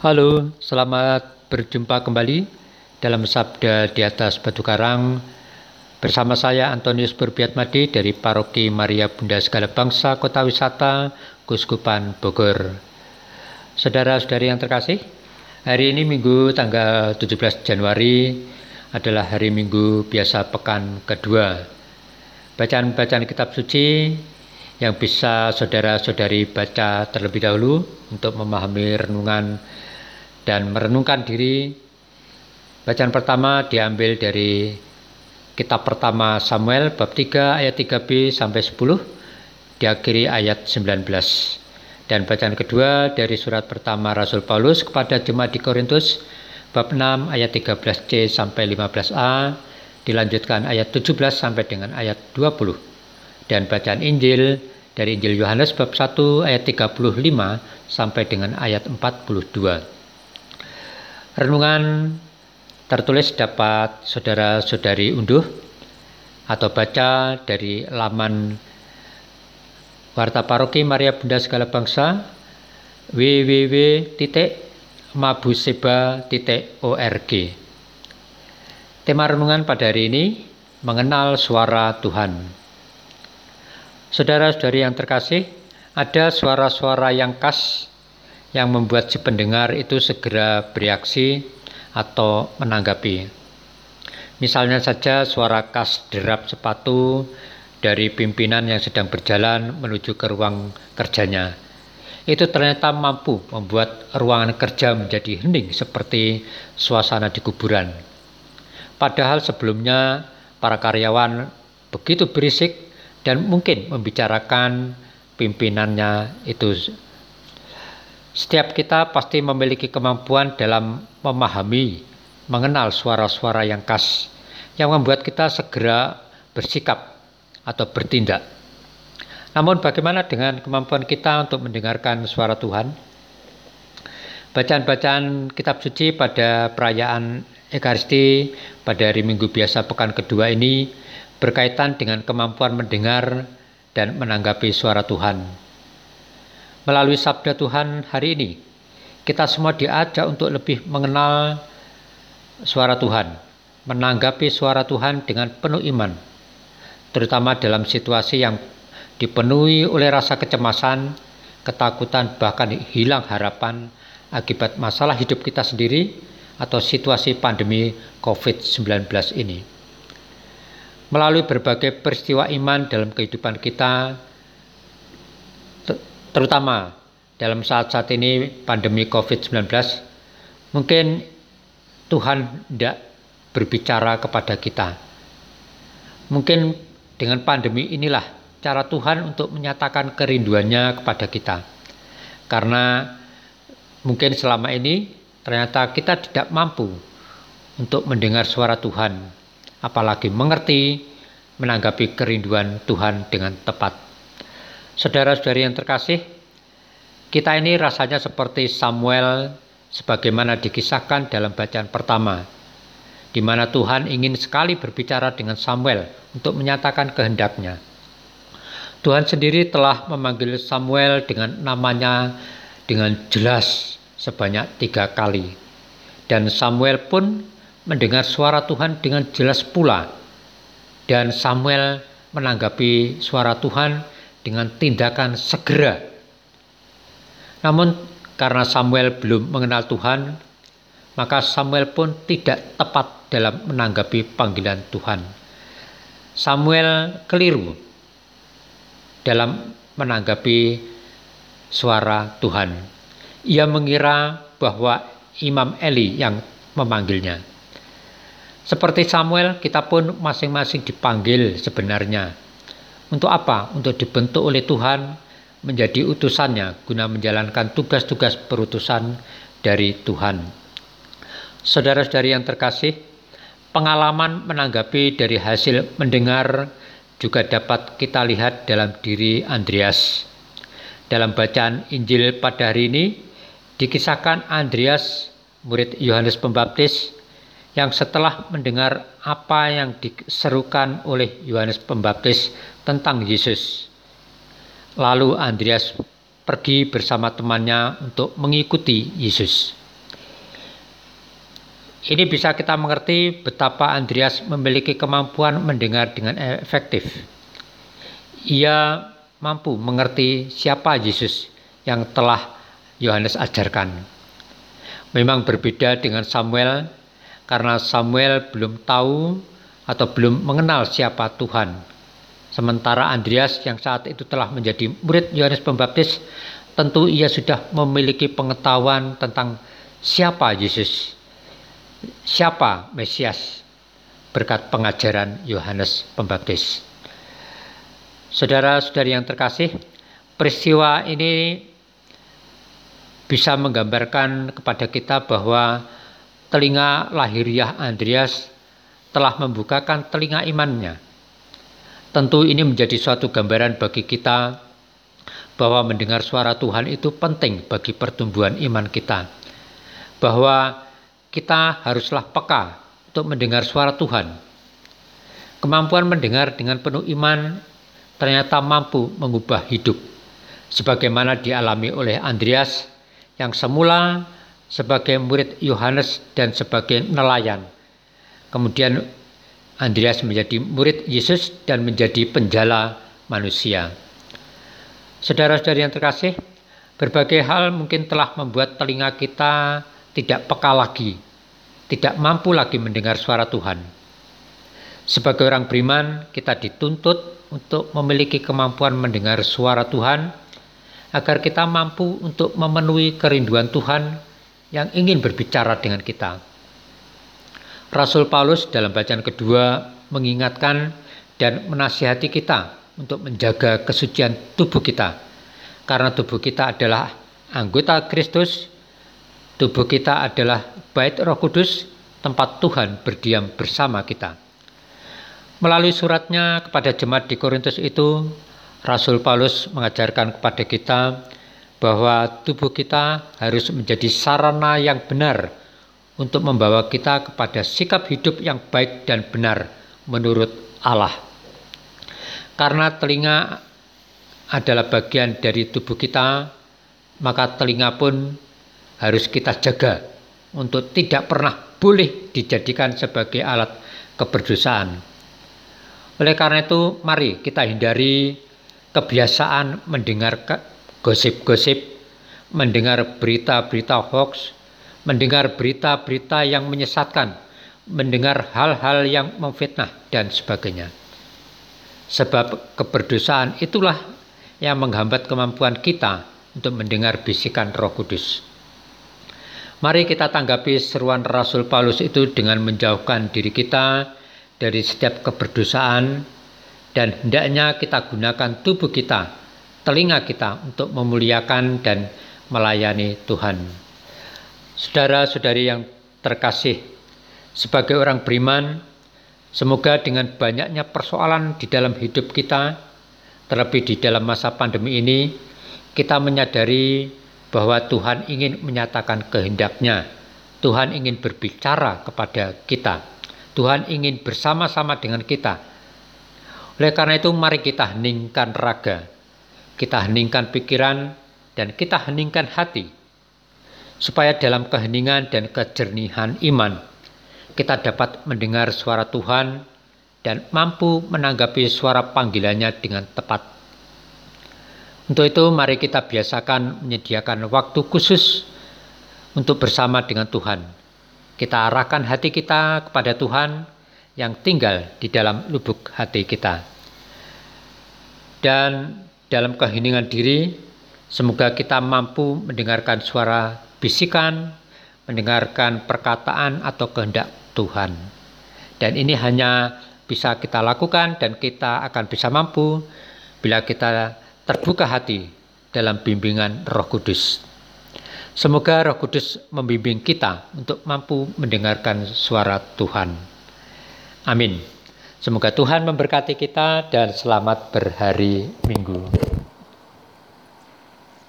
Halo, selamat berjumpa kembali dalam Sabda di atas Batu Karang bersama saya Antonius Burbiatmadi dari Paroki Maria Bunda Segala Bangsa Kota Wisata Keuskupan Bogor. Saudara-saudari yang terkasih, hari ini Minggu tanggal 17 Januari adalah hari Minggu biasa pekan kedua. Bacaan-bacaan kitab suci yang bisa saudara-saudari baca terlebih dahulu untuk memahami renungan dan merenungkan diri. Bacaan pertama diambil dari kitab pertama Samuel bab 3 ayat 3b sampai 10, diakhiri ayat 19. Dan bacaan kedua dari surat pertama Rasul Paulus kepada jemaat di Korintus bab 6 ayat 13c sampai 15a, dilanjutkan ayat 17 sampai dengan ayat 20. Dan bacaan Injil dari Injil Yohanes bab 1 ayat 35 sampai dengan ayat 42. Renungan tertulis dapat saudara-saudari unduh atau baca dari laman Warta Paroki Maria Bunda Segala Bangsa www.mabuseba.org. Tema renungan pada hari ini, mengenal suara Tuhan. Saudara-saudari yang terkasih, ada suara-suara yang khas yang membuat si pendengar itu segera bereaksi atau menanggapi. Misalnya saja suara khas derap sepatu dari pimpinan yang sedang berjalan menuju ke ruang kerjanya. Itu ternyata mampu membuat ruangan kerja menjadi hening seperti suasana di kuburan. Padahal sebelumnya para karyawan begitu berisik dan mungkin membicarakan pimpinannya itu. Setiap kita pasti memiliki kemampuan dalam memahami, mengenal suara-suara yang khas, yang membuat kita segera bersikap atau bertindak. Namun bagaimana dengan kemampuan kita untuk mendengarkan suara Tuhan? Bacaan-bacaan kitab suci pada perayaan Ekaristi pada hari Minggu biasa pekan kedua ini berkaitan dengan kemampuan mendengar dan menanggapi suara Tuhan. Melalui sabda Tuhan hari ini, kita semua diajak untuk lebih mengenal suara Tuhan, menanggapi suara Tuhan dengan penuh iman, terutama dalam situasi yang dipenuhi oleh rasa kecemasan, ketakutan, bahkan hilang harapan akibat masalah hidup kita sendiri atau situasi pandemi COVID-19 ini. Melalui berbagai peristiwa iman dalam kehidupan kita, terutama dalam saat-saat ini pandemi COVID-19, mungkin Tuhan tidak berbicara kepada kita. Mungkin dengan pandemi inilah cara Tuhan untuk menyatakan kerinduannya kepada kita. Karena mungkin selama ini ternyata kita tidak mampu untuk mendengar suara Tuhan, apalagi mengerti, menanggapi kerinduan Tuhan dengan tepat. Saudara-saudari yang terkasih, kita ini rasanya seperti Samuel sebagaimana dikisahkan dalam bacaan pertama, di mana Tuhan ingin sekali berbicara dengan Samuel untuk menyatakan kehendaknya. Tuhan sendiri telah memanggil Samuel dengan namanya dengan jelas sebanyak 3 kali. Dan Samuel pun mendengar suara Tuhan dengan jelas pula. Dan Samuel menanggapi suara Tuhan dengan tindakan segera. Namun karena Samuel belum mengenal Tuhan, maka Samuel pun tidak tepat dalam menanggapi panggilan Tuhan. Samuel keliru dalam menanggapi suara Tuhan. Ia mengira bahwa Imam Eli yang memanggilnya. Seperti Samuel, kita pun masing-masing dipanggil sebenarnya. Untuk apa? Untuk dibentuk oleh Tuhan menjadi utusannya guna menjalankan tugas-tugas perutusan dari Tuhan. Saudara-saudari yang terkasih, pengalaman menanggapi dari hasil mendengar juga dapat kita lihat dalam diri Andreas. Dalam bacaan Injil pada hari ini, dikisahkan Andreas, murid Yohanes Pembaptis, yang setelah mendengar apa yang diserukan oleh Yohanes Pembaptis tentang Yesus, lalu Andreas pergi bersama temannya untuk mengikuti Yesus. Ini bisa kita mengerti betapa Andreas memiliki kemampuan mendengar dengan efektif. Ia mampu mengerti siapa Yesus yang telah Yohanes ajarkan. Memang berbeda dengan Samuel, karena Samuel belum tahu atau belum mengenal siapa Tuhan. Sementara Andreas yang saat itu telah menjadi murid Yohanes Pembaptis, tentu ia sudah memiliki pengetahuan tentang siapa Yesus, siapa Mesias, berkat pengajaran Yohanes Pembaptis. Saudara-saudari yang terkasih, peristiwa ini bisa menggambarkan kepada kita bahwa telinga lahiriah Andreas telah membukakan telinga imannya. Tentu ini menjadi suatu gambaran bagi kita bahwa mendengar suara Tuhan itu penting bagi pertumbuhan iman kita. Bahwa kita haruslah peka untuk mendengar suara Tuhan. Kemampuan mendengar dengan penuh iman ternyata mampu mengubah hidup, sebagaimana dialami oleh Andreas yang semula sebagai murid Yohanes dan sebagai nelayan. Kemudian Andreas menjadi murid Yesus dan menjadi penjala manusia. Saudara-saudari yang terkasih, berbagai hal mungkin telah membuat telinga kita tidak peka lagi, tidak mampu lagi mendengar suara Tuhan. Sebagai orang beriman, kita dituntut untuk memiliki kemampuan mendengar suara Tuhan, agar kita mampu untuk memenuhi kerinduan Tuhan yang ingin berbicara dengan kita. Rasul Paulus dalam bacaan kedua mengingatkan dan menasihati kita untuk menjaga kesucian tubuh kita, karena tubuh kita adalah anggota Kristus, tubuh kita adalah bait Roh Kudus, tempat Tuhan berdiam bersama kita. Melalui suratnya kepada jemaat di Korintus itu, Rasul Paulus mengajarkan kepada kita bahwa tubuh kita harus menjadi sarana yang benar untuk membawa kita kepada sikap hidup yang baik dan benar menurut Allah. Karena telinga adalah bagian dari tubuh kita, maka telinga pun harus kita jaga untuk tidak pernah boleh dijadikan sebagai alat keberdosaan. Oleh karena itu, mari kita hindari kebiasaan mendengar gosip-gosip, mendengar berita-berita hoax, mendengar berita-berita yang menyesatkan, mendengar hal-hal yang memfitnah dan sebagainya. Sebab keberdosaan itulah yang menghambat kemampuan kita untuk mendengar bisikan Roh Kudus. Mari kita tanggapi seruan Rasul Paulus itu dengan menjauhkan diri kita dari setiap keberdosaan, dan hendaknya kita gunakan tubuh kita, telinga kita untuk memuliakan dan melayani Tuhan. Saudara-saudari yang terkasih, sebagai orang beriman, semoga dengan banyaknya persoalan di dalam hidup kita, terlebih di dalam masa pandemi ini, kita menyadari bahwa Tuhan ingin menyatakan kehendak-Nya. Tuhan ingin berbicara kepada kita. Tuhan ingin bersama-sama dengan kita. Oleh karena itu, mari kita heningkan raga, kita heningkan pikiran, dan kita heningkan hati, supaya dalam keheningan dan kejernihan iman, kita dapat mendengar suara Tuhan dan mampu menanggapi suara panggilannya dengan tepat. Untuk itu, mari kita biasakan menyediakan waktu khusus untuk bersama dengan Tuhan. Kita arahkan hati kita kepada Tuhan yang tinggal di dalam lubuk hati kita. Dan dalam keheningan diri, semoga kita mampu mendengarkan suara bisikan, mendengarkan perkataan atau kehendak Tuhan. Dan ini hanya bisa kita lakukan dan kita akan bisa mampu bila kita terbuka hati dalam bimbingan Roh Kudus. Semoga Roh Kudus membimbing kita untuk mampu mendengarkan suara Tuhan. Amin. Semoga Tuhan memberkati kita dan selamat berhari Minggu.